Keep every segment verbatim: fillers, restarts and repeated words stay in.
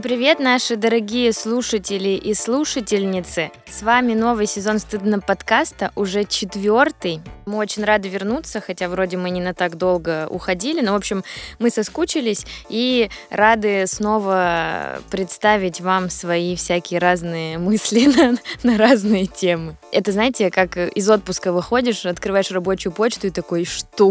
привет, наши дорогие слушатели и слушательницы. С вами новый сезон «Стыдно» подкаста, уже четвертый. Мы очень рады вернуться, хотя вроде мы не на так долго уходили, но, в общем, мы соскучились и рады снова представить вам свои всякие разные мысли на, на разные темы. Это, знаете, как из отпуска выходишь, открываешь рабочую почту и такой, что?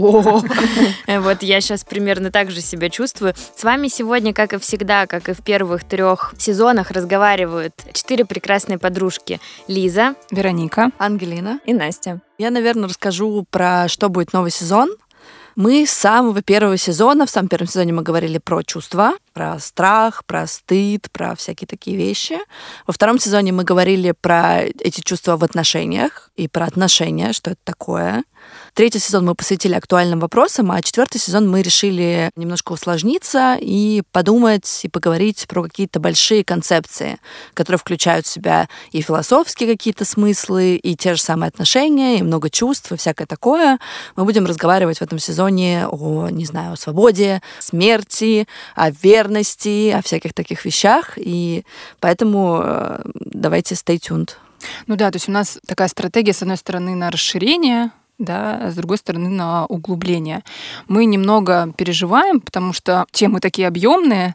Вот я сейчас примерно так же себя чувствую. С вами сегодня, как и всегда, как и в первых трех сезонах, разговаривают четыре прекрасные подружки. Лиза, Вероника, Ангелина и Настя. Я, наверное, расскажу про что будет новый сезон. Мы с самого первого сезона, в самом первом сезоне мы говорили про чувства, про страх, про стыд, про всякие такие вещи. Во втором сезоне мы говорили про эти чувства в отношениях и про отношения, что это такое. Третий сезон мы посвятили актуальным вопросам, а четвертый сезон мы решили немножко усложниться и подумать, и поговорить про какие-то большие концепции, которые включают в себя и философские какие-то смыслы, и те же самые отношения, и много чувств, и всякое такое. Мы будем разговаривать в этом сезоне о, не знаю, о свободе, смерти, о верности, о всяких таких вещах, и поэтому давайте stay tuned. Ну да, то есть у нас такая стратегия, с одной стороны, на расширение, да, а с другой стороны, на углубление. Мы немного переживаем, потому что темы такие объемные,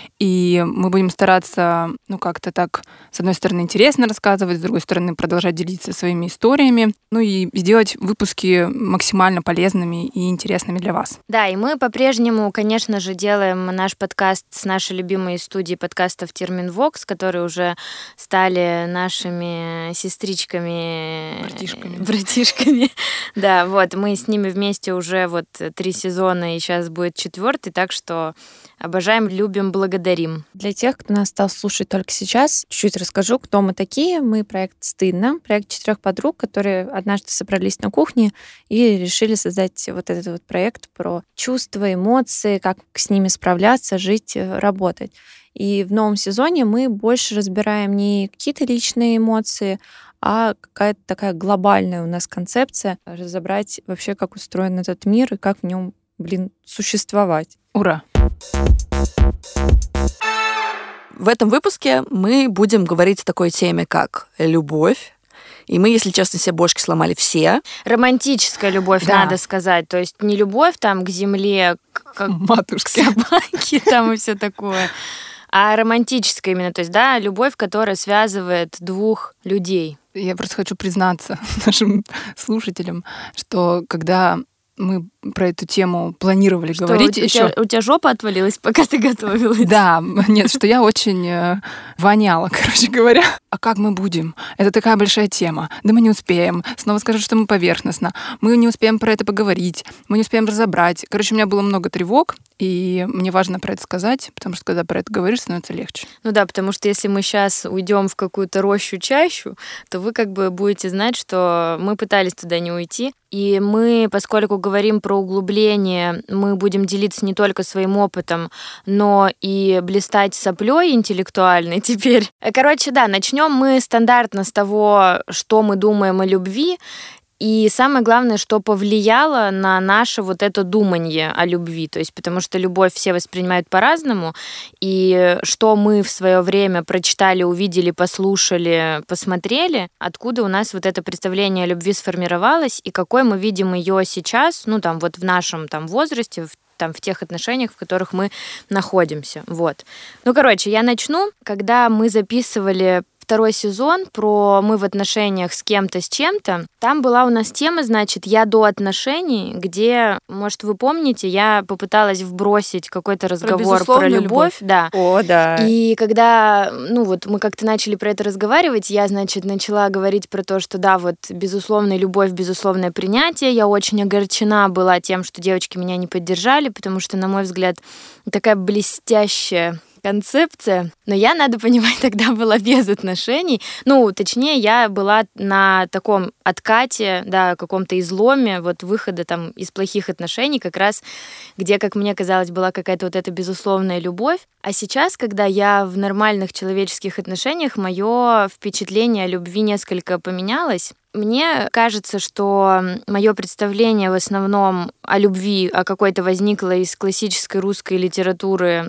и мы будем стараться, ну, как-то так, с одной стороны, интересно рассказывать, с другой стороны, продолжать делиться своими историями, ну и сделать выпуски максимально полезными и интересными для вас. Да, и мы по-прежнему, конечно же, делаем наш подкаст с нашей любимой студией подкастов Терминвокс, которые уже стали нашими сестричками... Братишками. Братишками. Да, вот, мы с ними вместе уже вот три сезона, и сейчас будет четвертый, так что обожаем, любим, благодарим. Для тех, кто нас стал слушать только сейчас, чуть-чуть расскажу, кто мы такие. Мы проект «Стыдно», проект четырех подруг, которые однажды собрались на кухне и решили создать вот этот вот проект про чувства, эмоции, как с ними справляться, жить, работать. И в новом сезоне мы больше разбираем не какие-то личные эмоции, а какая-то такая глобальная у нас концепция разобрать вообще, как устроен этот мир и как в нем, блин, существовать. Ура! В этом выпуске мы будем говорить о такой теме, как любовь. И мы, если честно, себе бошки сломали все. Романтическая любовь, Да. надо сказать. То есть не любовь там к земле, к, к Матушки. собаке там и все такое, а романтическая именно. То есть, да, любовь, которая связывает двух людей. Я просто хочу признаться нашим слушателям, что когда мы про эту тему планировали Что, говорить у, еще. тебя, у тебя жопа отвалилась, пока ты готовилась? Да, нет, что я очень э, воняла, короче говоря. А как мы будем? Это такая большая тема. Да мы не успеем. Снова скажут, что мы поверхностно. Мы не успеем про это поговорить. Мы не успеем разобрать. Короче, у меня было много тревог, и мне важно про это сказать, потому что когда про это говоришь, становится легче. Ну да, потому что если мы сейчас уйдем в какую-то рощу-чащу, то вы как бы будете знать, что мы пытались туда не уйти. И мы, поскольку говорим про углубление, мы будем делиться не только своим опытом, но и блистать соплей интеллектуальной теперь. Короче, да, начнем мы стандартно с того, что мы думаем о любви. И самое главное, что повлияло на наше вот это думание о любви. То есть, потому что любовь все воспринимают по-разному. И что мы в свое время прочитали, увидели, послушали, посмотрели, откуда у нас вот это представление о любви сформировалось, и какой мы видим ее сейчас, ну там вот в нашем там возрасте, в там, в тех отношениях, в которых мы находимся. Вот. Ну, короче, я начну. Когда мы записывали второй сезон про «Мы в отношениях с кем-то, с чем-то», там была у нас тема, значит, «Я до отношений», где, может, вы помните, я попыталась вбросить какой-то разговор про, про любовь. любовь. Да. О, да. И когда, ну вот, мы как-то начали про это разговаривать, я, значит, начала говорить про то, что да, вот, безусловная любовь, безусловное принятие. Я очень огорчена была тем, что девочки меня не поддержали, потому что, на мой взгляд, такая блестящая концепция. Но я, надо понимать, тогда была без отношений. Ну, точнее, я была на таком откате, да, каком-то изломе, вот выхода там из плохих отношений, как раз где, как мне казалось, была какая-то вот эта безусловная любовь. А сейчас, когда я в нормальных человеческих отношениях, мое впечатление о любви несколько поменялось. Мне кажется, что мое представление в основном о любви, о какой-то возникло из классической русской литературы.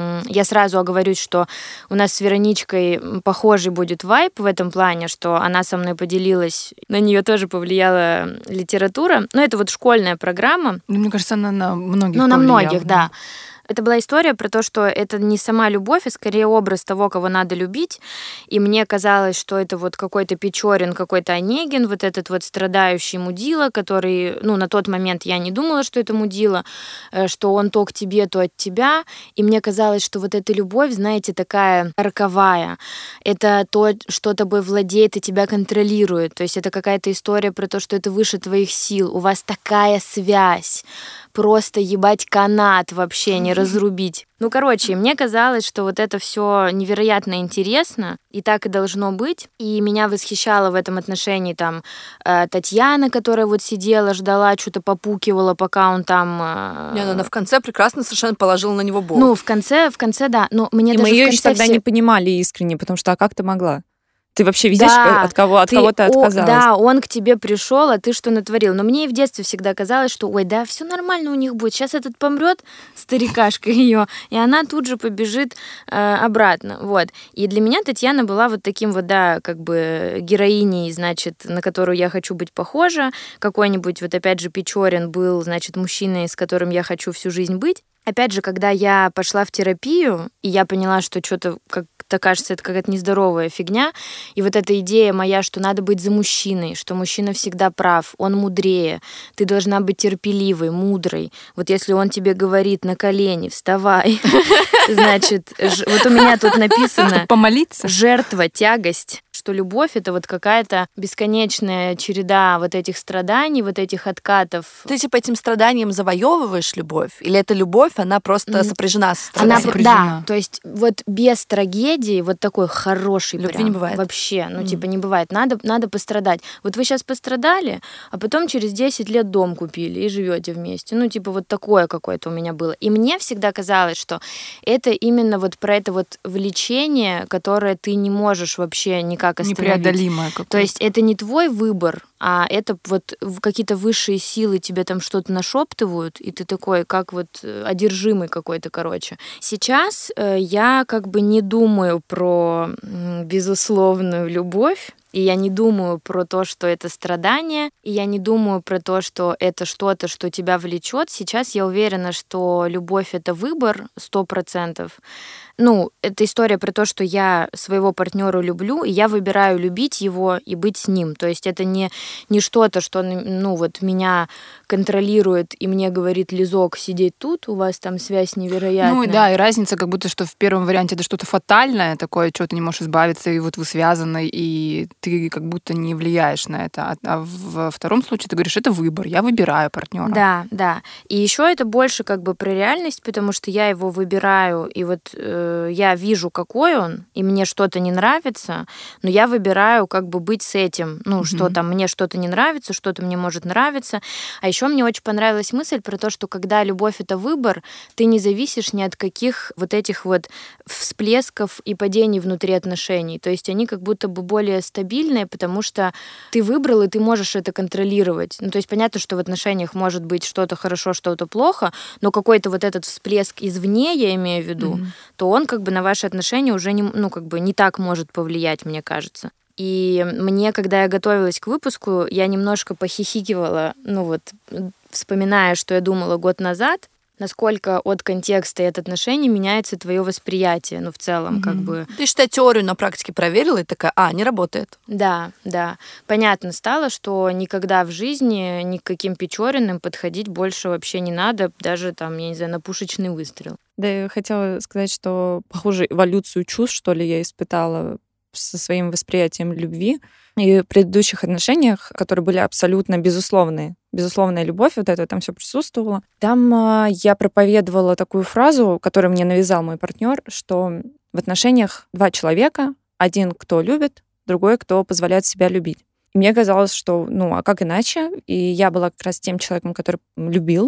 Я сразу оговорюсь, что у нас с Вероничкой похожий будет вайб в этом плане, что она со мной поделилась, на нее тоже повлияла литература. Но это вот школьная программа. Мне кажется, она на многих Ну, на повлияла. многих, да. Это была история про то, что это не сама любовь, а скорее образ того, кого надо любить. И мне казалось, что это вот какой-то Печорин, какой-то Онегин, вот этот вот страдающий мудила, который, ну, на тот момент я не думала, что это мудила, что он то к тебе, то от тебя. И мне казалось, что вот эта любовь, знаете, такая роковая. Это то, что тобой владеет и тебя контролирует. То есть это какая-то история про то, что это выше твоих сил. У вас такая связь. Просто ебать канат вообще, не разрубить. Ну, короче, мне казалось, что вот это все невероятно интересно, и так и должно быть. И меня восхищала в этом отношении там Татьяна, которая вот сидела, ждала, что-то попукивала, пока он там... Не, ну, она в конце прекрасно совершенно положила на него болт. Ну, в конце, в конце, да. Но мне и даже мы ее в еще конце тогда все... не понимали искренне, потому что а как ты могла? Ты вообще видишь, Да, от кого, от ты, кого ты отказалась? О, да, он к тебе пришел, а ты что натворил? Но мне и в детстве всегда казалось, что, ой, да, все нормально у них будет. Сейчас этот помрет, старикашка ее, и она тут же побежит э, обратно. Вот. И для меня Татьяна была вот таким вот, да, как бы героиней, значит, на которую я хочу быть похожа. Какой-нибудь, вот опять же, Печорин был, значит, мужчиной, с которым я хочу всю жизнь быть. Опять же, когда я пошла в терапию, и я поняла, что что-то как-то кажется, это какая-то нездоровая фигня, и вот эта идея моя, что надо быть за мужчиной, что мужчина всегда прав, он мудрее, ты должна быть терпеливой, мудрой. Вот если он тебе говорит на колени, вставай, значит, вот у меня тут написано помолиться, жертва, тягость, что любовь — это вот какая-то бесконечная череда вот этих страданий, вот этих откатов. Ты типа этим страданием завоевываешь любовь? Или эта любовь, она просто сопряжена со Она, страданием? да, то есть вот без трагедии вот такой хороший любви прям, не бывает. Вообще, ну Mm. типа не бывает. Надо, надо пострадать. Вот вы сейчас пострадали, а потом через десять лет дом купили и живете вместе. Ну типа вот такое какое-то у меня было. И мне всегда казалось, что это именно вот про это вот влечение, которое ты не можешь вообще никак остановить. Непреодолимое какое-то. То есть это не твой выбор, а это вот какие-то высшие силы тебе там что-то нашептывают, и ты такой, как вот одержимый какой-то, короче. Сейчас э, я как бы не думаю про м, безусловную любовь, и я не думаю про то, что это страдание, и я не думаю про то, что это что-то, что тебя влечет. Сейчас я уверена, что любовь — это выбор сто процентов. Ну, это история про то, что я своего партнера люблю, и я выбираю любить его и быть с ним. То есть это не, не что-то, что, ну, вот меня контролирует и мне говорит: Лизок, сидеть тут, у вас там связь невероятная. Ну, и да, и разница как будто, что в первом варианте это что-то фатальное такое, чего ты не можешь избавиться, и вот вы связаны, и ты как будто не влияешь на это. А во втором случае ты говоришь, это выбор, я выбираю партнера. Да, да. И еще это больше как бы про реальность, потому что я его выбираю, и вот э, я вижу, какой он, и мне что-то не нравится, но я выбираю как бы быть с этим. Ну, mm-hmm. что там мне что-то не нравится, что-то мне может нравиться. А еще мне очень понравилась мысль про то, что когда любовь — это выбор, ты не зависишь ни от каких вот этих вот всплесков и падений внутри отношений. То есть они как будто бы более стабильные, потому что ты выбрал, и ты можешь это контролировать. Ну, то есть понятно, что в отношениях может быть что-то хорошо, что-то плохо, но какой-то вот этот всплеск извне, я имею в виду, mm-hmm. то он как бы на ваши отношения уже не, ну, как бы не так может повлиять, мне кажется. И мне, когда я готовилась к выпуску, я немножко похихикивала, ну вот, вспоминая, что я думала год назад, насколько от контекста и от отношений меняется твое восприятие, ну, в целом, mm-hmm. как бы... Ты, считай, теорию на практике проверила и такая, а, не работает. Да, да. Понятно стало, что никогда в жизни ни к каким Печориным подходить больше вообще не надо, даже там, я не знаю, на пушечный выстрел. Да, я хотела сказать, что, похоже, эволюцию чувств, что ли, я испытала со своим восприятием любви. И в предыдущих отношениях, которые были абсолютно безусловные, безусловная любовь, вот это там все присутствовало. Там э, я проповедовала такую фразу, которую мне навязал мой партнер, что в отношениях два человека, один, кто любит, другой, кто позволяет себя любить. И мне казалось, что, ну, а как иначе? И я была как раз тем человеком, который любил,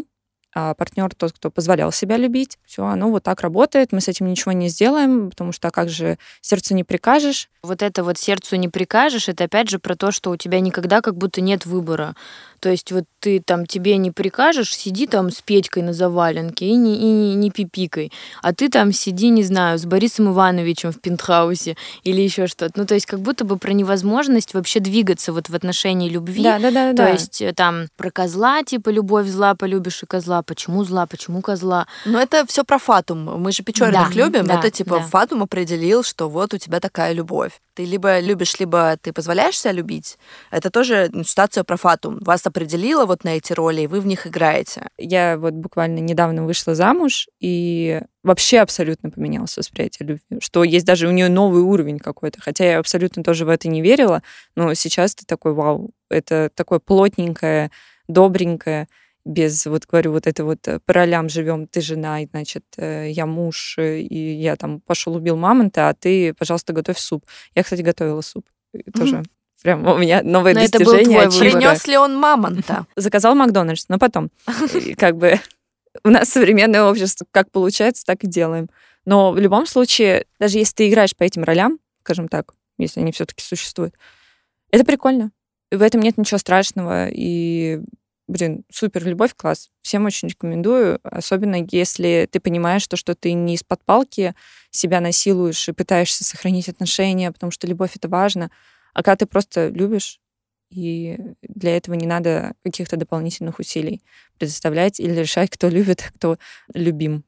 а партнер тот, кто позволял себя любить. Все, оно вот так работает, мы с этим ничего не сделаем, потому что а как же сердцу не прикажешь. Вот это вот сердцу не прикажешь, это опять же про то, что у тебя никогда как будто нет выбора. То есть вот ты там, тебе не прикажешь, сиди там с Петькой на заваленке и не, и не, не пипикай. А ты там сиди, не знаю, с Борисом Ивановичем в пентхаусе или еще что-то. Ну, то есть как будто бы про невозможность вообще двигаться вот в отношении любви. Да, да, да. То да. есть там про козла, типа любовь зла, полюбишь и козла. Почему зла, почему козла? Но это все про фатум. Мы же Печориных Да, любим. да, это типа да. фатум определил, что вот у тебя такая любовь. Ты либо любишь, либо ты позволяешь себя любить. Это тоже ситуация про фатум. Вас определило вот на эти роли, и вы в них играете. Я вот буквально недавно вышла замуж, и вообще абсолютно поменялось восприятие любви. Что есть даже у нее новый уровень какой-то. Хотя я абсолютно тоже в это не верила. Но сейчас ты такой, вау, это такое плотненькое, добренькое, без, вот говорю, вот это вот по ролям живем, ты жена, и, значит, я муж, и я там пошел убил мамонта, а ты, пожалуйста, готовь суп. Я, кстати, готовила суп. И тоже Мгм. прям у меня новое Но это был достижение. твой очевидно. выбор. Принес ли он мамонта? Заказал Макдональдс, но потом. И как бы у нас современное общество, как получается, так и делаем. Но в любом случае, даже если ты играешь по этим ролям, скажем так, если они все-таки существуют, это прикольно. И в этом нет ничего страшного. И, блин, супер, любовь, класс. Всем очень рекомендую. Особенно если ты понимаешь, что, что ты не из-под палки себя насилуешь и пытаешься сохранить отношения, потому что любовь — это важно. А когда ты просто любишь, и для этого не надо каких-то дополнительных усилий предоставлять или решать, кто любит, а кто любим.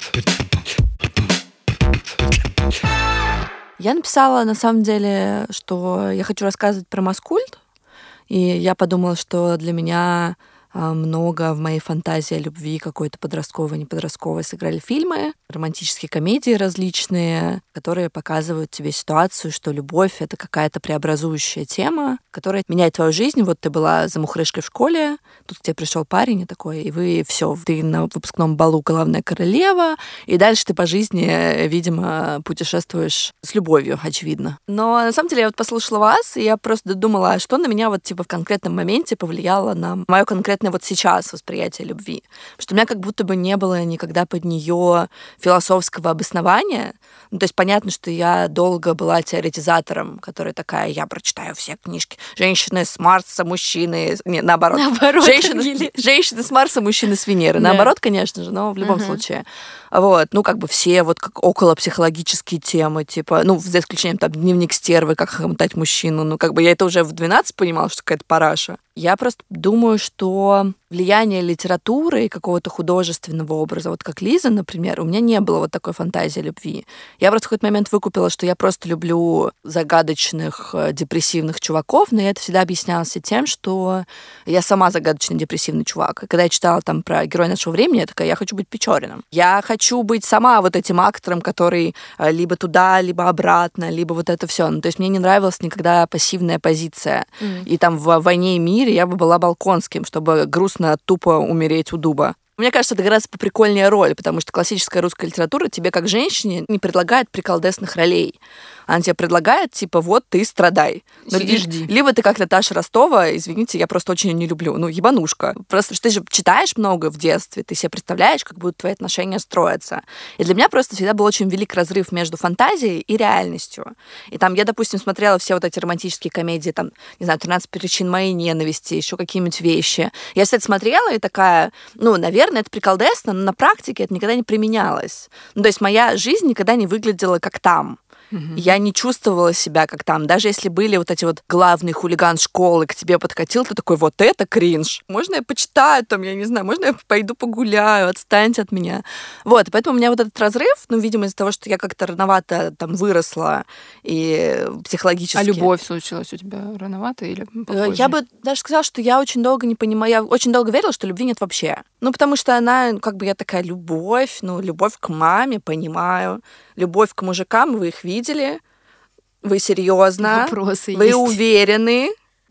Я написала, на самом деле, что я хочу рассказывать про маскульт, и я подумала, что для меня а, много в моей фантазии о любви какой-то подростковой, неподростковой сыграли фильмы, романтические комедии различные, которые показывают тебе ситуацию, что любовь — это какая-то преобразующая тема, которая меняет твою жизнь. Вот ты была замухрышкой в школе, тут к тебе пришел парень и такой, и вы все, ты на выпускном балу главная королева, и дальше ты по жизни, видимо, путешествуешь с любовью, очевидно. Но на самом деле я вот послушала вас, и я просто думала, что на меня вот типа в конкретном моменте повлияло на мое конкретное вот сейчас восприятие любви. Потому что у меня как будто бы не было никогда под нее философского обоснования. Ну, то есть понятно, что я долго была теоретизатором, которая такая, я прочитаю все книжки. Женщины с Марса, мужчины... Не, наоборот. Наоборот, Женщины, женщины с Марса, мужчины с Венеры. Да. Наоборот, конечно же, но в любом Ага. случае. Вот, ну, как бы все вот как около психологические темы, типа, ну, за исключением там дневник стервы, как хомутать мужчину. Ну, как бы я это уже в двенадцать понимала, что какая-то параша. Я просто думаю, что влияние литературы и какого-то художественного образа, вот как Лиза, например, у меня не было вот такой фантазии любви. Я просто в какой-то момент выкупила, что я просто люблю загадочных, э, депрессивных чуваков, но я это всегда объясняла себе тем, что я сама загадочный депрессивный чувак. И когда я читала там про «Герой нашего времени», я такая, я хочу быть Печориным. Я хочу быть сама вот этим актором, который э, либо туда, либо обратно, либо вот это все. Ну, то есть мне не нравилась никогда пассивная позиция. Мгм. И там в «Войне и мире» я бы была Балконским, чтобы грустно, тупо умереть у дуба. Мне кажется, это гораздо поприкольнее роль, потому что классическая русская литература тебе, как женщине, не предлагает приколдесных ролей. Она тебе предлагает, типа, вот ты страдай. Ну, Сиди, ли- жди. Либо ты как Наташа Ростова, извините, я просто очень её не люблю. Ну, ебанушка. Просто что ты же читаешь много в детстве, ты себе представляешь, как будут твои отношения строиться. И для меня просто всегда был очень велик разрыв между фантазией и реальностью. И там я, допустим, смотрела все вот эти романтические комедии, там, не знаю, «тринадцать причин моей ненависти», еще какие-нибудь вещи. Я все это смотрела и такая, ну, наверное, это приколдесно, но на практике это никогда не применялось. Ну, то есть моя жизнь никогда не выглядела как там. Мгм. Я не чувствовала себя как там. Даже если были вот эти вот главный хулиган школы к тебе подкатил, ты такой, вот это кринж. Можно я почитаю там, я не знаю, можно я пойду погуляю, отстаньте от меня. Вот, поэтому у меня вот этот разрыв, ну, видимо, из-за того, что я как-то рановато там выросла и психологически... А любовь случилась у тебя рановато или Э, попозже? Я бы даже сказала, что я очень долго не понимаю, я очень долго верила, что любви нет вообще. Ну, потому что она, как бы я такая, любовь, ну, любовь к маме, понимаю. Любовь к мужикам, вы их видели, вы серьезно, Вопросы вы есть. уверены,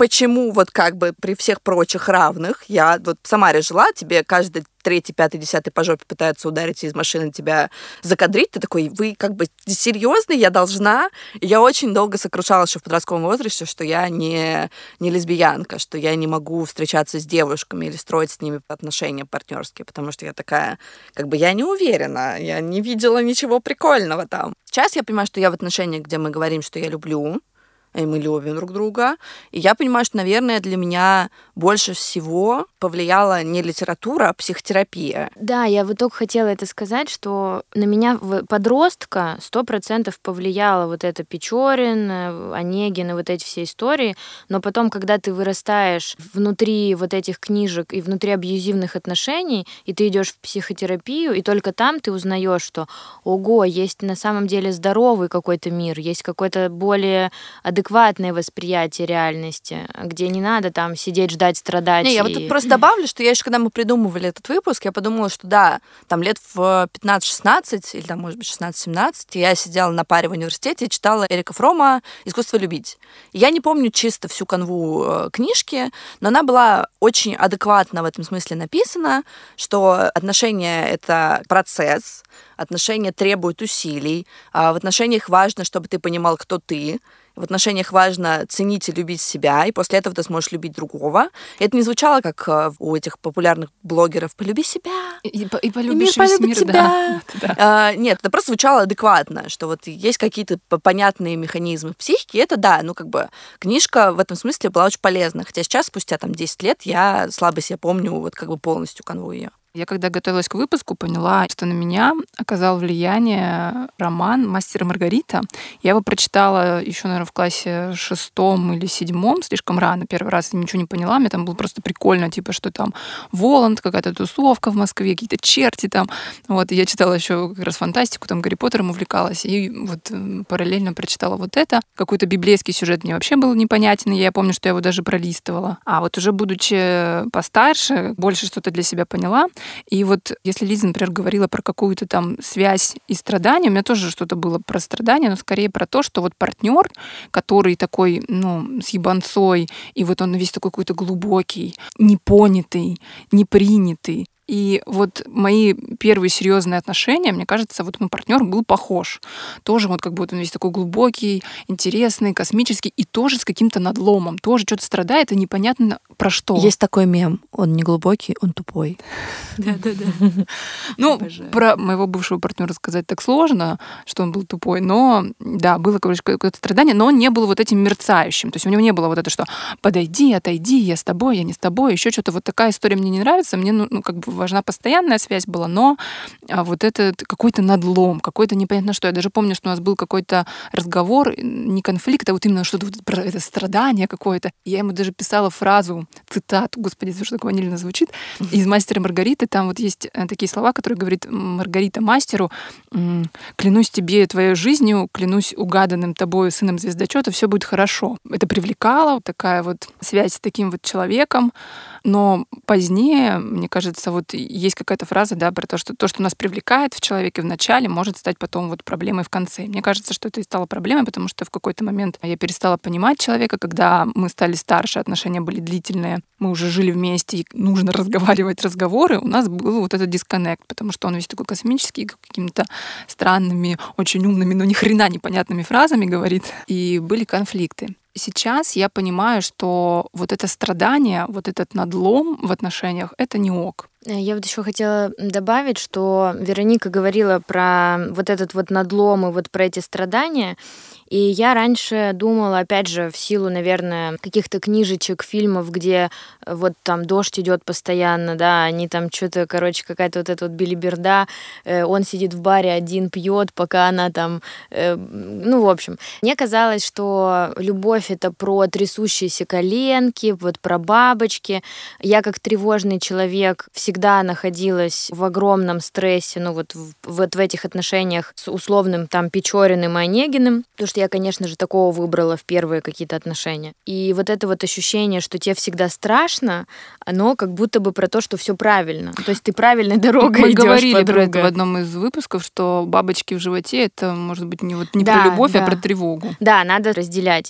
почему вот как бы при всех прочих равных, я вот в Самаре жила, тебе каждый третий, пятый, десятый по жопе пытаются ударить из машины, тебя закадрить, ты такой, вы как бы серьезно, я должна? И я очень долго сокрушалась еще в подростковом возрасте, что я не, не лесбиянка, что я не могу встречаться с девушками или строить с ними отношения партнерские, потому что я такая, как бы я не уверена, я не видела ничего прикольного там. Сейчас я понимаю, что я в отношениях, где мы говорим, что я люблю, и мы любим друг друга. И я понимаю, что, наверное, для меня больше всего повлияла не литература, а психотерапия. Да, я вот только хотела это сказать, что на меня подростка сто процентов повлияло вот это Печорин, Онегин и вот эти все истории, но потом, когда ты вырастаешь внутри вот этих книжек и внутри абьюзивных отношений, и ты идешь в психотерапию, и только там ты узнаешь, что ого, есть на самом деле здоровый какой-то мир, есть какой-то более адекватный адекватное восприятие реальности, где не надо там сидеть, ждать, страдать. Не, и... я вот тут просто добавлю, что я еще, когда мы придумывали этот выпуск, я подумала, что да, там лет в пятнадцать-шестнадцать, или там, может быть, шестнадцать-семнадцать, я сидела на паре в университете и читала Эрика Фрома «Искусство любить». И я не помню чисто всю канву книжки, но она была очень адекватно в этом смысле написана, что отношения — это процесс, отношения требуют усилий, в отношениях важно, чтобы ты понимал, кто ты, в отношениях важно ценить и любить себя, и после этого ты сможешь любить другого. И это не звучало, как у этих популярных блогеров «полюби себя», и, и, и «и полюбишь мир весь полюбит мир, тебя». Да. Да. А, нет, это просто звучало адекватно, что вот есть какие-то понятные механизмы в психике, и это да, ну как бы книжка в этом смысле была очень полезна, хотя сейчас, спустя там десять лет, я слабо себе помню вот как бы полностью канву ее. Я когда готовилась к выпуску, поняла, что на меня оказал влияние роман «Мастер и Маргарита». Я его прочитала еще, наверное, в классе шестом или седьмом, слишком рано. Первый раз ничего не поняла. Мне там было просто прикольно, типа, что там Воланд, какая-то тусовка в Москве, какие-то черти там. Вот, и я читала еще как раз фантастику, там Гарри Поттером увлекалась. И вот параллельно прочитала вот это. Какой-то библейский сюжет мне вообще был непонятен. Я помню, что я его даже пролистывала. А вот уже будучи постарше, больше что-то для себя поняла. И вот если Лиза, например, говорила про какую-то там связь и страдания, у меня тоже что-то было про страдания, но скорее про то, что вот партнер, который такой, ну, с ебанцой, и вот он весь такой какой-то глубокий, непонятый, непринятый. И вот мои первые серьезные отношения, мне кажется, вот мой партнер был похож. Тоже вот как бы вот он весь такой глубокий, интересный, космический, и тоже с каким-то надломом. Тоже что-то страдает, и непонятно про что. Есть такой мем. Он не глубокий, он тупой. Да-да-да. Ну, про моего бывшего партнера сказать так сложно, что он был тупой, но да, было, короче, какое-то страдание, но он не был вот этим мерцающим. То есть у него не было вот это, что подойди, отойди, я с тобой, я не с тобой, еще что-то. Вот такая история мне не нравится. Мне, ну, ну как бы важна постоянная связь была, но вот этот какой-то надлом, какой-то непонятно что. Я даже помню, что у нас был какой-то разговор, не конфликт, а вот именно что-то вот про это страдание какое-то. Я ему даже писала фразу, цитату, господи, что так ванильно звучит, из «Мастера и Маргариты». Там вот есть такие слова, которые говорит Маргарита мастеру: «Клянусь тебе твоей жизнью, клянусь угаданным тобой сыном звездочета, все будет хорошо». Это привлекало, вот такая вот связь с таким вот человеком. Но позднее, мне кажется, вот есть какая-то фраза, да, про то, что то, что нас привлекает в человеке в начале, может стать потом вот проблемой в конце. Мне кажется, что это и стало проблемой, потому что в какой-то момент я перестала понимать человека, когда мы стали старше, отношения были длительные, мы уже жили вместе, и нужно разговаривать разговоры, у нас был вот этот дисконнект, потому что он весь такой космический, какими-то странными, очень умными, но ни хрена непонятными фразами говорит, и были конфликты. Сейчас я понимаю, что вот это страдание, вот этот надлом в отношениях — это не ок. Я вот еще хотела добавить, что Вероника говорила про вот этот вот надлом и вот про эти страдания. И я раньше думала, опять же, в силу, наверное, каких-то книжечек, фильмов, где вот там дождь идет постоянно, да, они там что-то, короче, какая-то вот эта вот белиберда, э, он сидит в баре один, пьет, пока она там, э, ну, в общем. Мне казалось, что любовь — это про трясущиеся коленки, вот про бабочки. Я как тревожный человек всегда находилась в огромном стрессе, ну, вот в, вот в этих отношениях с условным там Печориным и Онегиным, потому что я, конечно же, такого выбрала в первые какие-то отношения. И вот это вот ощущение, что тебе всегда страшно, оно как будто бы про то, что все правильно. То есть ты правильной дорогой Мы идёшь, говорили подруга. про это в одном из выпусков, что бабочки в животе — это, может быть, не, вот, не Да, про любовь, да. а про тревогу. Да, надо разделять. И сейчас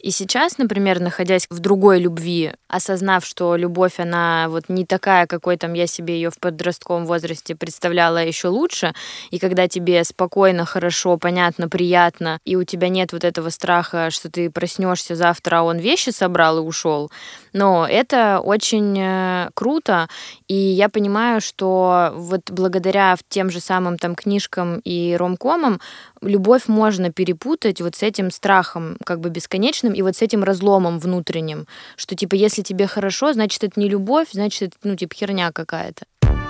сейчас, например, находясь в другой любви, осознав, что любовь, она вот не такая, какой там я себе ее в подростковом возрасте представляла, еще лучше, и когда тебе спокойно, хорошо, понятно, приятно, и у тебя нет вот этого страха, что ты проснешься завтра, а он вещи собрал и ушел, но это очень круто, и я понимаю, что вот благодаря тем же самым там книжкам и ромкомам любовь можно перепутать вот с этим страхом как бы бесконечным и вот с этим разломом внутренним, что типа если тебе хорошо, значит это не любовь, значит это ну типа херня какая-то.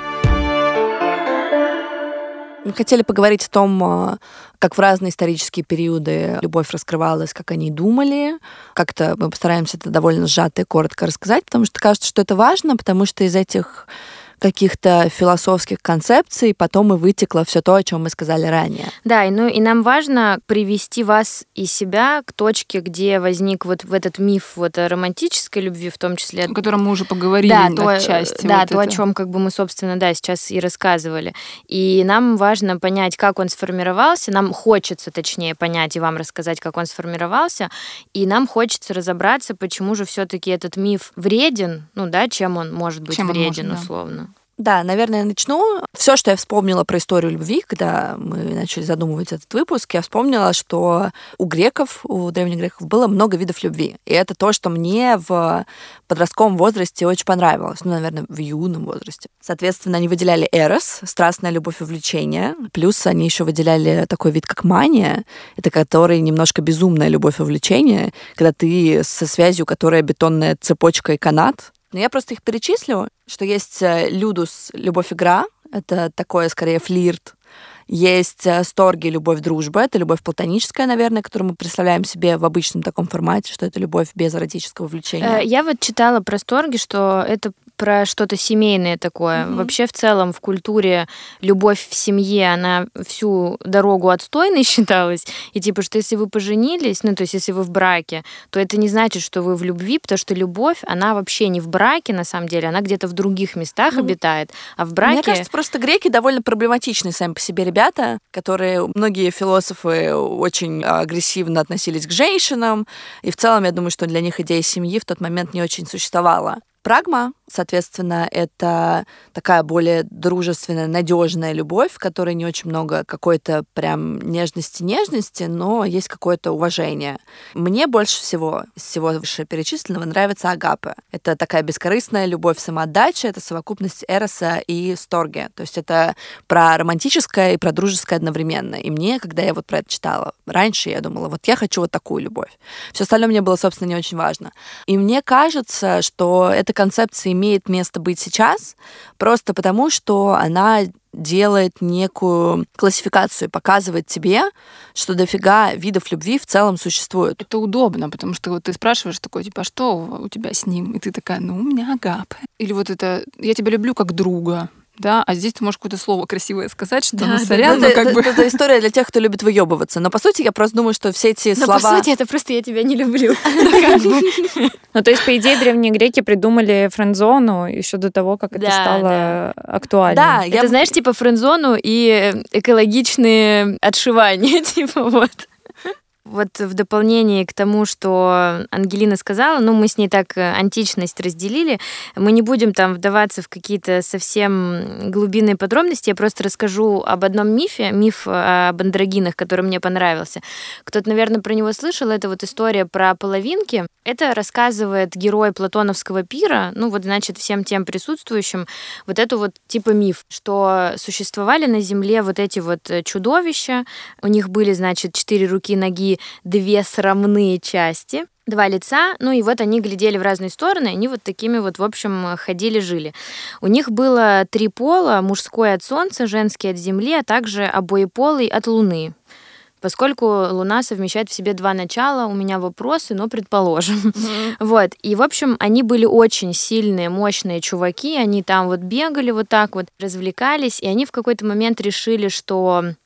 Мы хотели поговорить о том, как в разные исторические периоды любовь раскрывалась, как они думали. Как-то мы постараемся это довольно сжато и коротко рассказать, потому что кажется, что это важно, потому что из этих каких-то философских концепций потом и вытекло все то, о чем мы сказали ранее. Да, и, ну, и нам важно привести вас и себя к точке, где возник вот в этот миф вот о романтической любви, в том числе... О котором мы уже поговорили, да, то, отчасти. Да, вот то, это. о чем как бы мы, собственно, да, сейчас и рассказывали. И нам важно понять, как он сформировался, нам хочется, точнее, понять и вам рассказать, как он сформировался, и нам хочется разобраться, почему же все-таки этот миф вреден, ну да, чем он может быть чем вреден, может, да. условно. Да, наверное, я начну. Все, что я вспомнила про историю любви, когда мы начали задумывать этот выпуск, я вспомнила, что у греков, у древних греков было много видов любви. И это то, что мне в подростковом возрасте очень понравилось. Ну, наверное, в юном возрасте. Соответственно, они выделяли эрос, страстная любовь и влечение. Плюс они еще выделяли такой вид, как мания. Это который немножко безумная любовь и влечение, когда ты со связью, которая бетонная цепочка и канат. Но я просто их перечислю, что есть людус, любовь-игра, это такое, скорее, флирт. Есть сторги, любовь-дружба, это любовь платоническая, наверное, которую мы представляем себе в обычном таком формате, что это любовь без эротического влечения. Я вот читала про сторги, что это про что-то семейное такое. Mm-hmm. Вообще, в целом, в культуре любовь в семье, она всю дорогу отстойной считалась. И типа, что если вы поженились, ну, то есть если вы в браке, то это не значит, что вы в любви, потому что любовь, она вообще не в браке, на самом деле, она где-то в других местах mm-hmm. обитает, а в браке... Мне кажется, просто греки довольно проблематичные сами по себе ребята, которые, многие философы очень агрессивно относились к женщинам, и в целом, я думаю, что для них идея семьи в тот момент не очень существовала. Прагма, соответственно, это такая более дружественная, надежная любовь, в которой не очень много какой-то прям нежности-нежности, но есть какое-то уважение. Мне больше всего из всего вышеперечисленного нравится агапе. Это такая бескорыстная любовь, самоотдача, это совокупность эроса и сторги. То есть это про романтическое и про дружеское одновременно. И мне, когда я вот про это читала, раньше я думала, вот я хочу вот такую любовь. Все остальное мне было, собственно, не очень важно. И мне кажется, что эта концепция имеет место быть сейчас, просто потому, что она делает некую классификацию, показывает тебе, что дофига видов любви в целом существует. Это удобно, потому что вот ты спрашиваешь такой, типа, а что у тебя с ним? И ты такая, ну, у меня агапе. Или вот это, я тебя люблю как друга. Да, а здесь ты можешь какое-то слово красивое сказать, что, да, ну, сорян, да, ну, как это, бы... Это, это история для тех, кто любит выебываться. Но, по сути, я просто думаю, что все эти Но слова... по сути, это просто «я тебя не люблю». Ну, то есть, по идее, древние греки придумали френдзону еще до того, как это стало актуально. Да, это, знаешь, типа френдзону и экологичные отшивания, типа вот. Вот в дополнение к тому, что Ангелина сказала, ну, мы с ней так античность разделили, мы не будем там вдаваться в какие-то совсем глубинные подробности, я просто расскажу об одном мифе, миф об андрогинах, который мне понравился. Кто-то, наверное, про него слышал, это вот история про половинки. Это рассказывает герой платоновского пира, ну, вот, значит, всем тем присутствующим, вот эту вот типа миф, что существовали на земле вот эти вот чудовища, у них были, значит, четыре руки, ноги, две срамные части, два лица, ну и вот они глядели в разные стороны, они вот такими вот, в общем, ходили-жили. У них было три пола, мужской от солнца, женский от земли, а также обоеполый от луны. Поскольку Луна совмещает в себе два начала, у меня вопросы, но предположим. Mm-hmm. Вот. И, в общем, они были очень сильные, мощные чуваки, они там вот бегали вот так вот, развлекались, и они в какой-то момент решили, что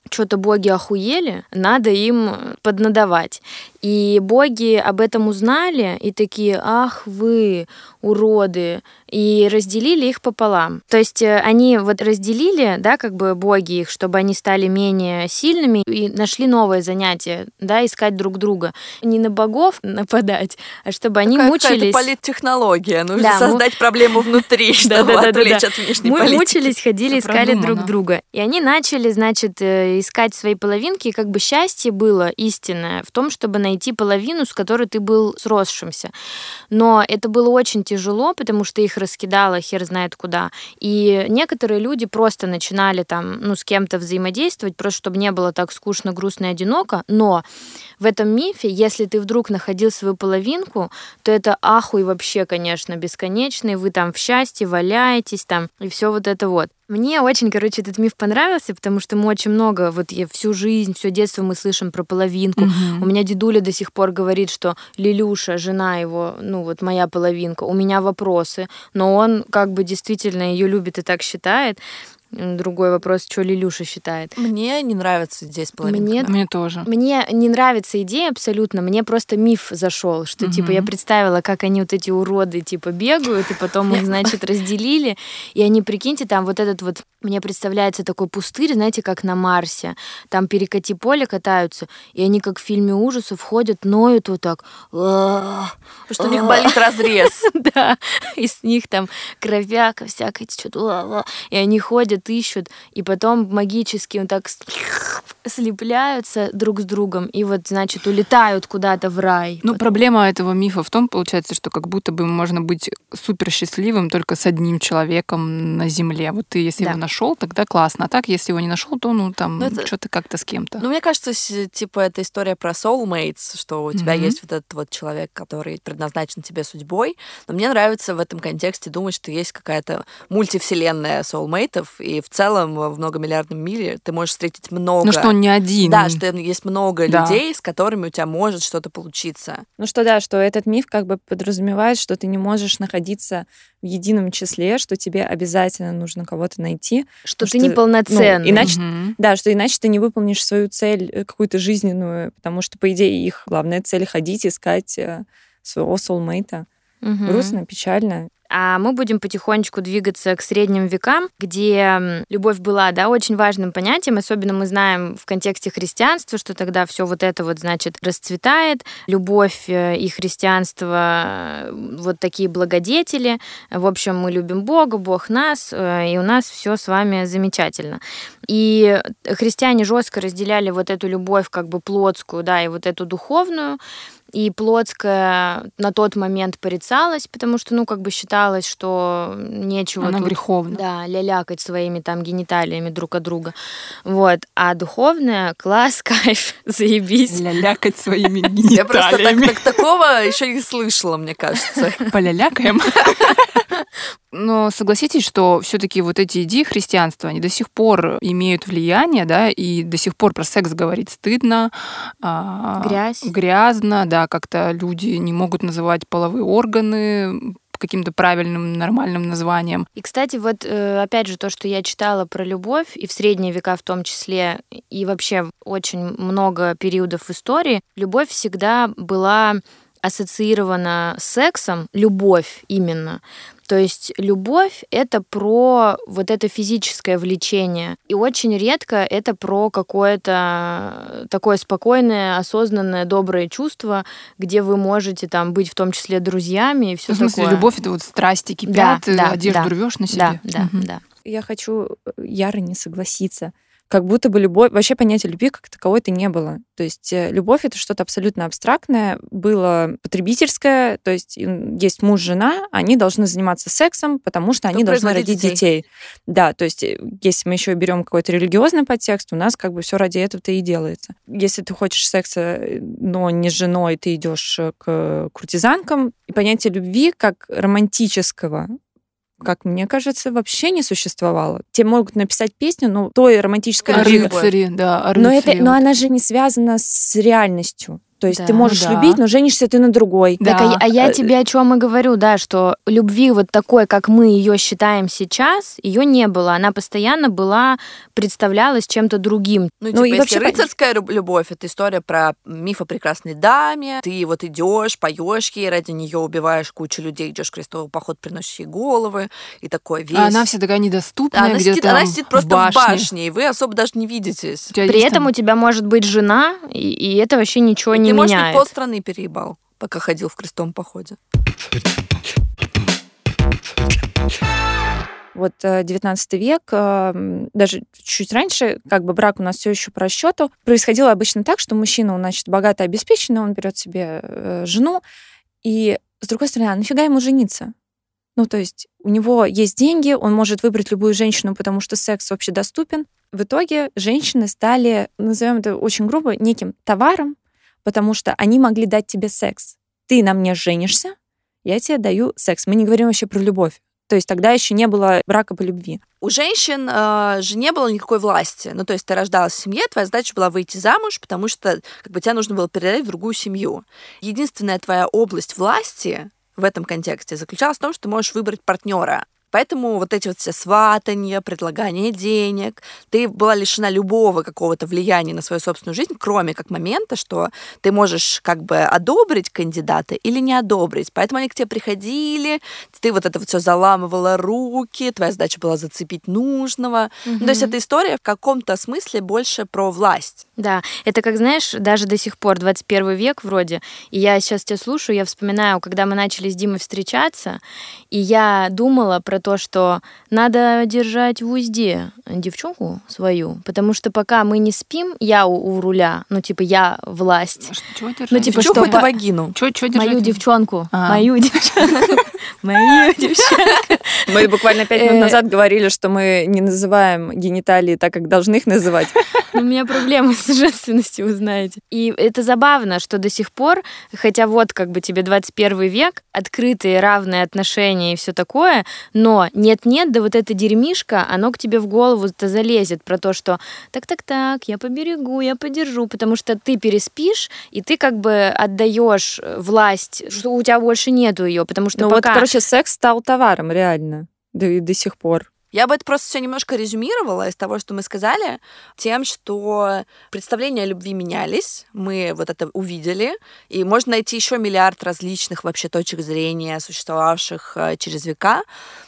что-то боги охуели, надо им поднадавать. И боги об этом узнали и такие: ах вы, уроды, и разделили их пополам. То есть они вот разделили, да, как бы боги их, чтобы они стали менее сильными и нашли новое занятие, да, искать друг друга. Не на богов нападать, а чтобы они Такая мучились... какая-то политтехнология. Нужно Да, создать му... проблему внутри, чтобы отвлечь от внешней Мы политики. мучились, ходили, искали друг друга. И они начали, значит, искать свои половинки, и как бы счастье было истинное в том, чтобы найти половину, с которой ты был сросшимся. Но это было очень тяжело, потому что их раскидало хер знает куда. И некоторые люди просто начинали там, ну, с кем-то взаимодействовать, просто чтобы не было так скучно, грустно и одиноко. Но в этом мифе, если ты вдруг находил свою половинку, то это ахуй вообще, конечно, бесконечный. Вы там в счастье валяетесь там, и все вот это вот. Мне очень, короче, этот миф понравился, потому что мы очень много, вот я всю жизнь, все детство мы слышим про половинку. Mm-hmm. У меня дедуля до сих пор говорит, что Лилюша, жена его, ну вот моя половинка, у меня вопросы, но он как бы действительно ее любит и так считает. Другой вопрос, что Лилюша считает. Мне не нравится здесь половинка. Мне, мне тоже. Мне не нравится идея абсолютно. Мне просто миф зашел, что, угу. типа, я представила, как они вот эти уроды, типа, бегают, и потом их, значит, разделили. И они, прикиньте, там вот этот вот, мне представляется такой пустырь, знаете, как на Марсе. Там перекати поле катаются, и они, как в фильме ужасов, ходят, ноют вот так. Потому что у них болит разрез. Да. И с них там кровяка всякая течет. И они ходят, ищут, и потом магически вот так слепляются друг с другом и вот, значит, улетают куда-то в рай. Ну, вот. Проблема этого мифа в том, получается, что как будто бы можно быть супер счастливым только с одним человеком на Земле. Вот ты, если да. его нашел, тогда классно. А так, если его не нашел, то, ну, там, это... что-то как-то с кем-то. Ну, мне кажется, типа, это история про soulmates, что у тебя mm-hmm. есть вот этот вот человек, который предназначен тебе судьбой. Но мне нравится в этом контексте думать, что есть какая-то мультивселенная soulmate'ов, и в целом в многомиллиардном мире ты можешь встретить много... Ну, что он не один. Да, что есть много да. людей, с которыми у тебя может что-то получиться. Ну что да, что этот миф как бы подразумевает, что ты не можешь находиться в едином числе, что тебе обязательно нужно кого-то найти. Что ты что, неполноценный. Ну, иначе, угу. Да, что иначе ты не выполнишь свою цель какую-то жизненную, потому что, по идее, их главная цель — ходить, искать своего soulmate. Угу. Грустно, печально. А мы будем потихонечку двигаться к средним векам, где любовь была, да, очень важным понятием. Особенно мы знаем в контексте христианства, что тогда все вот это вот, значит, расцветает. Любовь и христианство — вот такие благодетели. В общем, мы любим Бога, Бог нас, и у нас все с вами замечательно. И христиане жестко разделяли вот эту любовь как бы плотскую, да, и вот эту духовную. И плотская на тот момент порицалась, потому что, ну, как бы считалось, что нечего Она тут, греховна. Да, лялякать своими там гениталиями друг от друга. Вот. А духовная — класс, кайф, заебись. Лялякать своими гениталиями. Я просто так, так, такого еще не слышала, мне кажется. Полялякаем. Но согласитесь, что все-таки вот эти идеи христианства, они до сих пор имеют влияние, да, и до сих пор про секс говорить стыдно, Грязь. грязно, да, как-то люди не могут называть половые органы каким-то правильным, нормальным названием. И, кстати, вот опять же то, что я читала про любовь, и в средние века в том числе, и вообще очень много периодов в истории, любовь всегда была ассоциирована с сексом, любовь именно. То есть любовь — это про вот это физическое влечение. И очень редко это про какое-то такое спокойное, осознанное, доброе чувство, где вы можете там быть в том числе друзьями и все такое. В смысле, любовь — это вот страсти кипят, да, да, одежду да, рвешь на себе. Да, да, угу. да. Я хочу яро не согласиться. Как будто бы любовь... Вообще понятия любви как таковой-то не было. То есть любовь — это что-то абсолютно абстрактное. Было потребительское, то есть есть муж, жена, они должны заниматься сексом, потому что они должны родить детей. детей. Да, то есть если мы еще берем какой-то религиозный подтекст, у нас как бы все ради этого-то и делается. Если ты хочешь секса, но не с женой, ты идешь к куртизанкам. И понятие любви как романтического, как мне кажется, вообще не существовало. Тебе могут написать песню, но той романтической любви. Рыцари, да, рыцари. Но, это, но она же не связана с реальностью. То есть Да, ты можешь да. любить, но женишься ты на другой. Да. Так, а, а я тебе о чем и говорю, да, что любви вот такой, как мы ее считаем сейчас, ее не было. Она постоянно была, представлялась чем-то другим. Ну, Ну, типа, и если вообще, рыцарская ру- любовь, это история про миф о прекрасной даме. Ты вот идешь, поешь ей, ради нее убиваешь кучу людей, идешь в крестовый поход, приносишь ей головы, и такой весь... А она вся такая недоступная, она где-то сидит, там она сидит просто в башне. в башне, и вы особо даже не видитесь. У тебя При есть этом там- у тебя может быть жена, и, и это вообще ничего И не ты, может быть, меняет. полстраны переебал, пока ходил в крестовом походе. Вот э, девятнадцатый век, э, м, даже чуть раньше, как бы брак у нас все еще по расчету, происходило обычно так, что мужчина, он, значит, богато обеспеченный, он берет себе э, жену, и, с другой стороны, а нафига ему жениться? Ну, то есть у него есть деньги, он может выбрать любую женщину, потому что секс вообще доступен. В итоге женщины стали, назовем это очень грубо, неким товаром, потому что они могли дать тебе секс. Ты на мне женишься, я тебе даю секс. Мы не говорим вообще про любовь. То есть тогда еще не было брака по любви. У женщин э, же не было никакой власти. Ну, то есть ты рождалась в семье, твоя задача была выйти замуж, потому что как бы, тебя нужно было передать в другую семью. Единственная твоя область власти в этом контексте заключалась в том, что ты можешь выбрать партнера. Поэтому вот эти вот все сватанья, предлагание денег, ты была лишена любого какого-то влияния на свою собственную жизнь, кроме как момента, что ты можешь как бы одобрить кандидата или не одобрить. Поэтому они к тебе приходили, ты вот это вот все заламывала руки, твоя задача была зацепить нужного. Мгм. Ну, то есть эта история в каком-то смысле больше про власть. Да, это как, знаешь, даже до сих пор, двадцать первый век вроде, и я сейчас тебя слушаю, я вспоминаю, когда мы начали с Димой встречаться, и я думала про то, что надо держать в узде девчонку свою, потому что пока мы не спим, я у, у руля, ну, типа, я власть. Что, чего держать? Ну, типа, Девчонку что это по- вагину. Чё- чё держать? Мою девчонку, А. мою девчонку, мою девчонку. Мы буквально пять Э, минут назад говорили, что мы не называем гениталии так, как должны их называть. У меня проблемы с женственностью, вы знаете. И это забавно, что до сих пор, хотя вот как бы тебе двадцать первый век, открытые равные отношения и все такое, но нет-нет, да вот это дерьмишко, оно к тебе в голову-то залезет про то, что так-так-так, я поберегу, я подержу, потому что ты переспишь, и ты как бы отдаешь власть, что у тебя больше нету ее, потому что Ну вот, пока... короче, секс стал товаром, реально. Да и до сих пор. Я бы это просто все немножко резюмировала из того, что мы сказали, тем, что представления о любви менялись, мы вот это увидели, и можно найти еще миллиард различных вообще точек зрения, существовавших э, через века,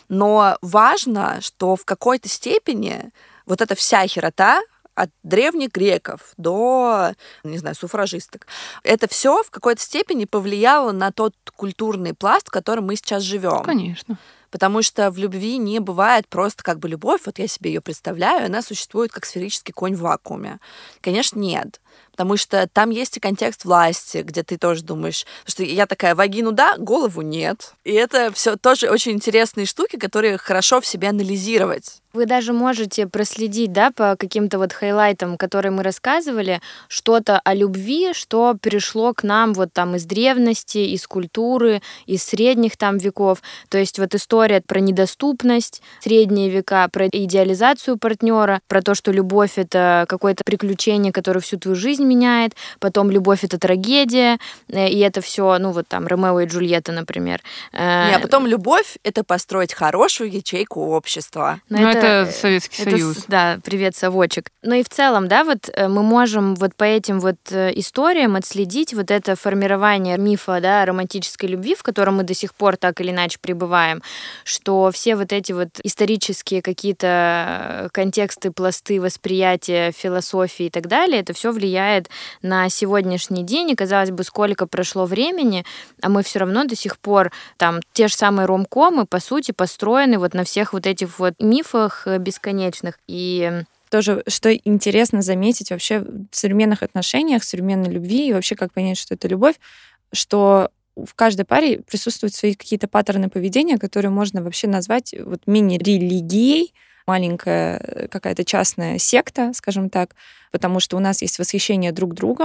но важно, что в какой-то степени вот эта вся херота от древних греков до, не знаю, суфражисток, это все в какой-то степени повлияло на тот культурный пласт, в котором мы сейчас живем. Конечно. Потому что в любви не бывает просто как бы любовь, вот я себе ее представляю, она существует как сферический конь в вакууме. Конечно, нет. Потому что там есть и контекст власти, где ты тоже думаешь, что я такая, вагину да, голову нет. И это все тоже очень интересные штуки, которые хорошо в себе анализировать. Вы даже можете проследить, да, по каким-то вот хайлайтам, которые мы рассказывали, что-то о любви, что перешло к нам вот там из древности, из культуры, из средних там веков. То есть вот история про недоступность, средние века, про идеализацию партнера, про то, что любовь — это какое-то приключение, которое всю твою жизнь меняет, потом любовь — это трагедия, э, и это все, ну вот там Ромео и Джульетта, например. Э, Не, а потом любовь — это построить хорошую ячейку общества. но Ну, это Советский это Союз. с- Да, привет, совочек. Ну и в целом, да, вот э, мы можем вот по этим вот э, историям отследить вот это формирование мифа, да, романтической любви, в котором мы до сих пор так или иначе пребываем, что все вот эти вот исторические какие-то э, контексты, пласты восприятия, философии и так далее, это все влияет на сегодняшний день, и, казалось бы, сколько прошло времени, а мы все равно до сих пор там те же самые ромкомы, по сути, построены вот на всех вот этих вот мифах э, бесконечных. И Тоже, что интересно заметить вообще в современных отношениях, в современной любви, и вообще как понять, что это любовь, что в каждой паре присутствуют свои какие-то паттерны поведения, которые можно вообще назвать вот мини-религией, маленькая какая-то частная секта, скажем так, потому что у нас есть восхищение друг другом,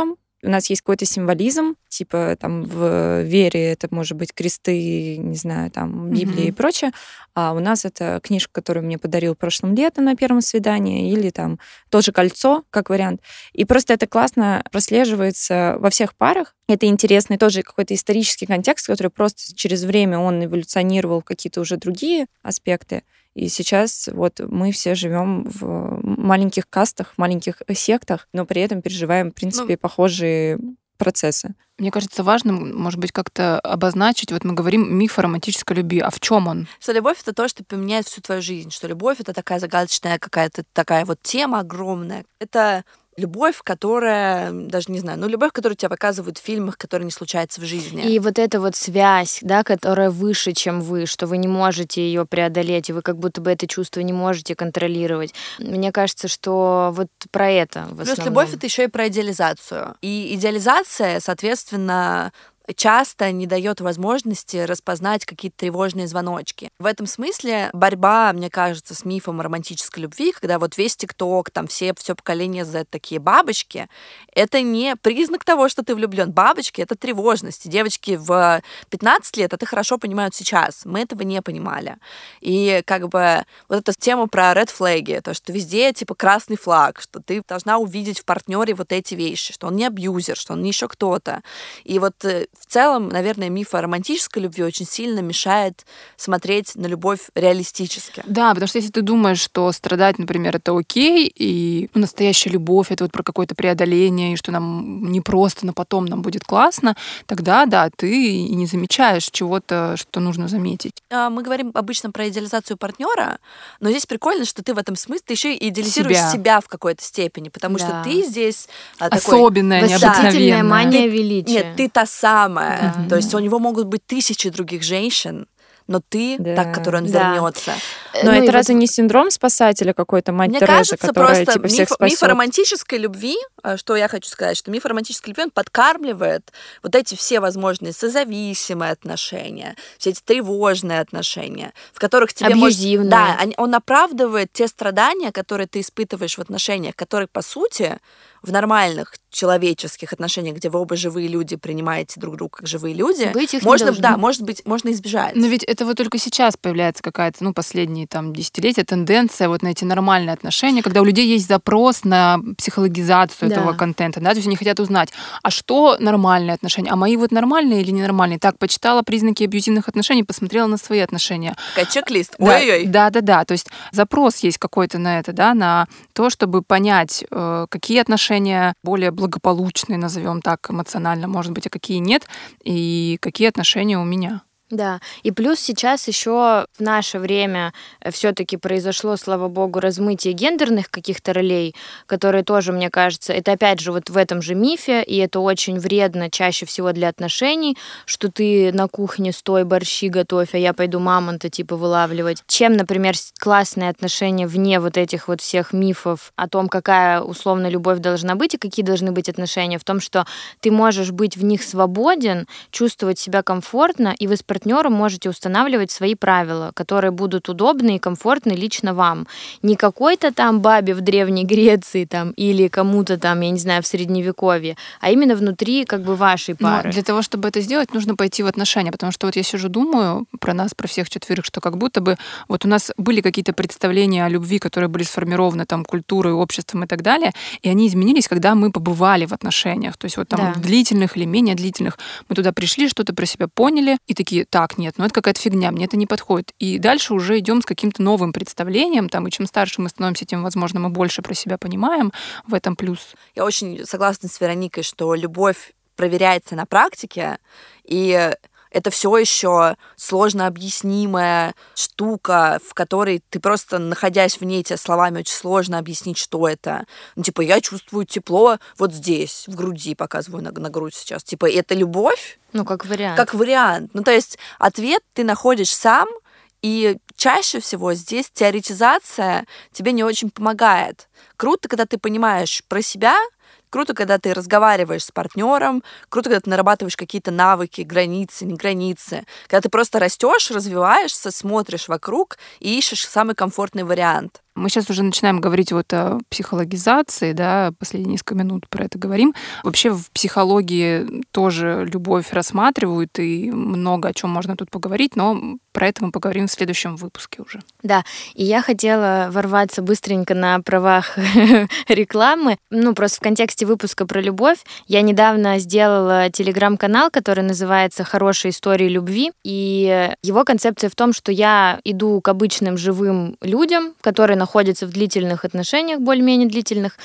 у нас есть какой-то символизм, типа там в вере это может быть кресты, не знаю, там Библия mm-hmm. и прочее, а у нас это книжка, которую мне подарил прошлым летом на первом свидании, или там тоже кольцо, как вариант. И просто это классно прослеживается во всех парах. Это интересный тоже какой-то исторический контекст, который просто через время он эволюционировал в какие-то уже другие аспекты. И сейчас вот мы все живем в маленьких кастах, маленьких сектах, но при этом переживаем, в принципе, ну, похожие процессы. Мне кажется, важным, может быть, как-то обозначить, вот мы говорим миф о романтической любви, а в чем он? Что любовь — это то, что поменяет всю твою жизнь, что любовь — это такая загадочная какая-то такая вот тема огромная. Это любовь, которая, даже не знаю, ну, любовь, которую тебе показывают в фильмах, которая не случается в жизни. И вот эта вот связь, да, которая выше, чем вы, что вы не можете ее преодолеть, и вы как будто бы это чувство не можете контролировать. Мне кажется, что вот про это в основном. Плюс любовь — это еще и про идеализацию. И идеализация, соответственно, часто не дает возможности распознать какие-то тревожные звоночки. В этом смысле борьба, мне кажется, с мифом о романтической любви, когда вот весь ТикТок, там все, все поколение Z такие бабочки, это не признак того, что ты влюблен. Бабочки — это тревожность. И девочки в пятнадцать лет это хорошо понимают сейчас. Мы этого не понимали. И как бы вот эта тема про red flag, то, что везде типа красный флаг, что ты должна увидеть в партнере вот эти вещи, что он не абьюзер, что он не еще кто-то. И вот в целом, наверное, миф о романтической любви очень сильно мешает смотреть на любовь реалистически. Да, потому что если ты думаешь, что страдать, например, это окей, и настоящая любовь — это вот про какое-то преодоление, и что нам не просто, но потом нам будет классно, тогда, да, ты и не замечаешь чего-то, что нужно заметить. Мы говорим обычно про идеализацию партнера, но здесь прикольно, что ты в этом смысле ты еще и идеализируешь себя, себя в какой-то степени, потому да. что ты здесь особенная, такой необыкновенная. Мания ты, величия. Нет, ты та самая. Mm-hmm. То есть у него могут быть тысячи других женщин, но ты да. так, к которой он да. вернется. Но ну, это разве вот... не синдром спасателя какой-то, мать Мне Тереза, кажется, которая просто типа, всех миф, спасет? Миф о романтической любви, что я хочу сказать, что миф о романтической любви, он подкармливает вот эти все возможные созависимые отношения, все эти тревожные отношения, в которых тебе абьюзивные. Может... Да, он оправдывает те страдания, которые ты испытываешь в отношениях, которые, по сути, в нормальных человеческих отношениях, где вы оба живые люди, принимаете друг друга как живые люди, быть их можно, не да, может быть, можно избежать. Но ведь это вот только сейчас появляется какая-то, ну, последние там десятилетия тенденция вот на эти нормальные отношения, когда у людей есть запрос на психологизацию да. этого контента, да, то есть они хотят узнать, а что нормальные отношения, а мои вот нормальные или ненормальные? Так, почитала признаки абьюзивных отношений, посмотрела на свои отношения. Такая чек-лист. Ой-ой-ой. Да, да, да, то есть запрос есть какой-то на это, да, на то, чтобы понять, какие отношения более благополучные, назовем так, эмоционально, может быть, а какие нет, и какие отношения у меня. Да, и плюс сейчас еще в наше время все-таки произошло, слава богу, размытие гендерных каких-то ролей, которые тоже, мне кажется, это опять же вот в этом же мифе, и это очень вредно чаще всего для отношений, что ты на кухне стой, борщи готовь, а я пойду мамонта типа вылавливать. Чем, например, классные отношения вне вот этих вот всех мифов о том, какая условно любовь должна быть и какие должны быть отношения, в том, что ты можешь быть в них свободен, чувствовать себя комфортно, и вы с партнером можете устанавливать свои правила, которые будут удобны и комфортны лично вам. Не какой-то там бабе в Древней Греции там, или кому-то там, я не знаю, в Средневековье, а именно внутри как бы вашей пары. Но для того, чтобы это сделать, нужно пойти в отношения, потому что вот я сижу, думаю про нас, про всех четверых, что как будто бы вот у нас были какие-то представления о любви, которые были сформированы там культурой, обществом и так далее, и они изменились, когда мы побывали в отношениях, то есть вот там да. длительных или менее длительных. Мы туда пришли, что-то про себя поняли, и такие, так, нет, ну это какая-то фигня, мне это не подходит. И дальше уже идем с каким-то новым представлением, там, и чем старше мы становимся, тем, возможно, мы больше про себя понимаем, в этом плюс. Я очень согласна с Вероникой, что любовь проверяется на практике, и это все еще сложно объяснимая штука, в которой ты просто, находясь в ней, тебе словами очень сложно объяснить, что это. Ну, типа, я чувствую тепло вот здесь, в груди, показываю на, на грудь сейчас. Типа, это любовь? Ну, как вариант. Как вариант. Ну, то есть ответ ты находишь сам, и чаще всего здесь теоретизация тебе не очень помогает. Круто, когда ты понимаешь про себя, круто, когда ты разговариваешь с партнером, круто, когда ты нарабатываешь какие-то навыки, границы, не границы. Когда ты просто растешь, развиваешься, смотришь вокруг и ищешь самый комфортный вариант. Мы сейчас уже начинаем говорить вот о психологизации, да, последние несколько минут про это говорим. Вообще в психологии тоже любовь рассматривают, и много о чем можно тут поговорить, но про это мы поговорим в следующем выпуске уже. Да, и я хотела ворваться быстренько на правах рекламы. Ну, просто в контексте выпуска про любовь. Я недавно сделала телеграм-канал, который называется «Хорошие истории любви», и его концепция в том, что я иду к обычным живым людям, которые находятся в длительных отношениях, более-менее длительных,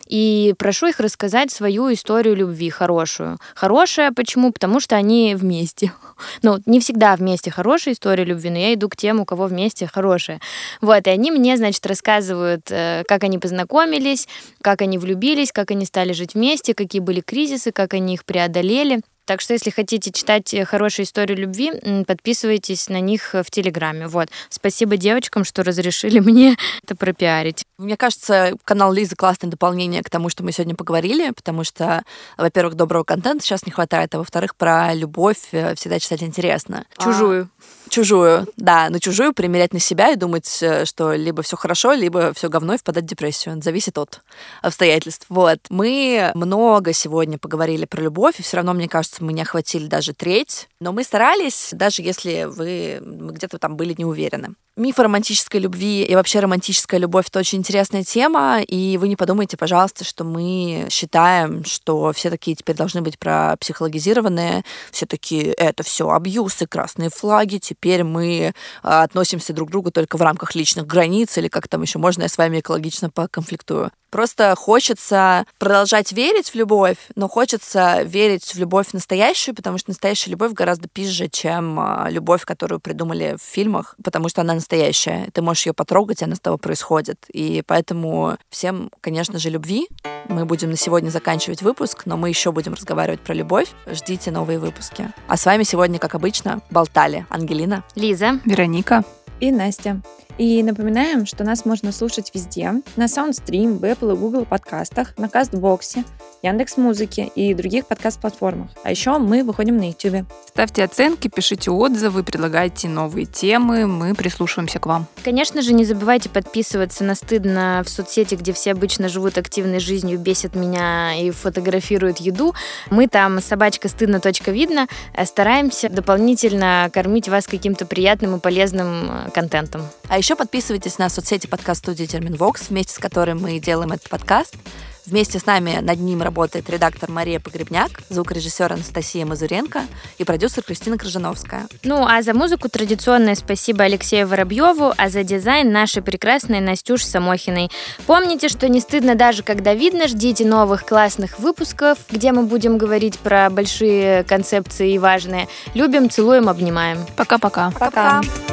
и прошу их рассказать свою историю любви хорошую. Хорошая почему? Потому что они вместе. Ну, не всегда вместе хорошая история любви, но я иду к тем, у кого вместе хорошая. Вот, и они мне, значит, рассказывают, как они познакомились, как они влюбились, как они стали жить вместе, какие были кризисы, как они их преодолели. Так что, если хотите читать хорошие истории любви, подписывайтесь на них в Телеграме. Вот. Спасибо девочкам, что разрешили мне это пропиарить. Мне кажется, канал Лизы классное дополнение к тому, что мы сегодня поговорили, потому что, во-первых, доброго контента сейчас не хватает, а во-вторых, про любовь всегда читать интересно. Чужую. А, чужую, да, на чужую примерять на себя и думать, что либо все хорошо, либо все говно и впадать в депрессию. Это зависит от обстоятельств. Вот. Мы много сегодня поговорили про любовь, и все равно, мне кажется, мы не охватили даже треть, но мы старались, даже если вы где-то там были не уверены. Миф о романтической любви и вообще романтическая любовь — это очень интересная тема, и вы не подумайте, пожалуйста, что мы считаем, что все такие теперь должны быть пропсихологизированные, все такие, это все абьюз и красные флаги, теперь мы относимся друг к другу только в рамках личных границ, или как там еще можно, я с вами экологично поконфликтую. Просто хочется продолжать верить в любовь, но хочется верить в любовь настоящую, потому что настоящая любовь гораздо пизже, чем любовь, которую придумали в фильмах, потому что она настоящая. Ты можешь ее потрогать, и она с тобой происходит. И поэтому всем, конечно же, любви. Мы будем на сегодня заканчивать выпуск, но мы еще будем разговаривать про любовь. Ждите новые выпуски. А с вами сегодня, как обычно, болтали Ангелина, Лиза, Вероника и Настя. И напоминаем, что нас можно слушать везде. На Soundstream, в Apple и Google подкастах, на Кастбоксе, Яндекс.Музыке и других подкаст-платформах. А еще мы выходим на YouTube. Ставьте оценки, пишите отзывы, предлагайте новые темы. Мы прислушиваемся к вам. Конечно же, не забывайте подписываться на «Стыдно» в соцсети, где все обычно живут активной жизнью, бесят меня и фотографируют еду. Мы там собачка стыдно точка видно. Стараемся дополнительно кормить вас каким-то приятным и полезным контентом. А еще подписывайтесь на соцсети подкаст-студии Терминвокс, вместе с которой мы делаем этот подкаст. Вместе с нами над ним работает редактор Мария Погребняк, звукорежиссер Анастасия Мазуренко и продюсер Кристина Крыжановская. Ну, а за музыку традиционное спасибо Алексею Воробьеву, а за дизайн нашей прекрасной Настюше Самохиной. Помните, что не стыдно даже когда видно. Ждите новых классных выпусков, где мы будем говорить про большие концепции и важные. Любим, целуем, обнимаем. Пока-пока. Пока. Пока.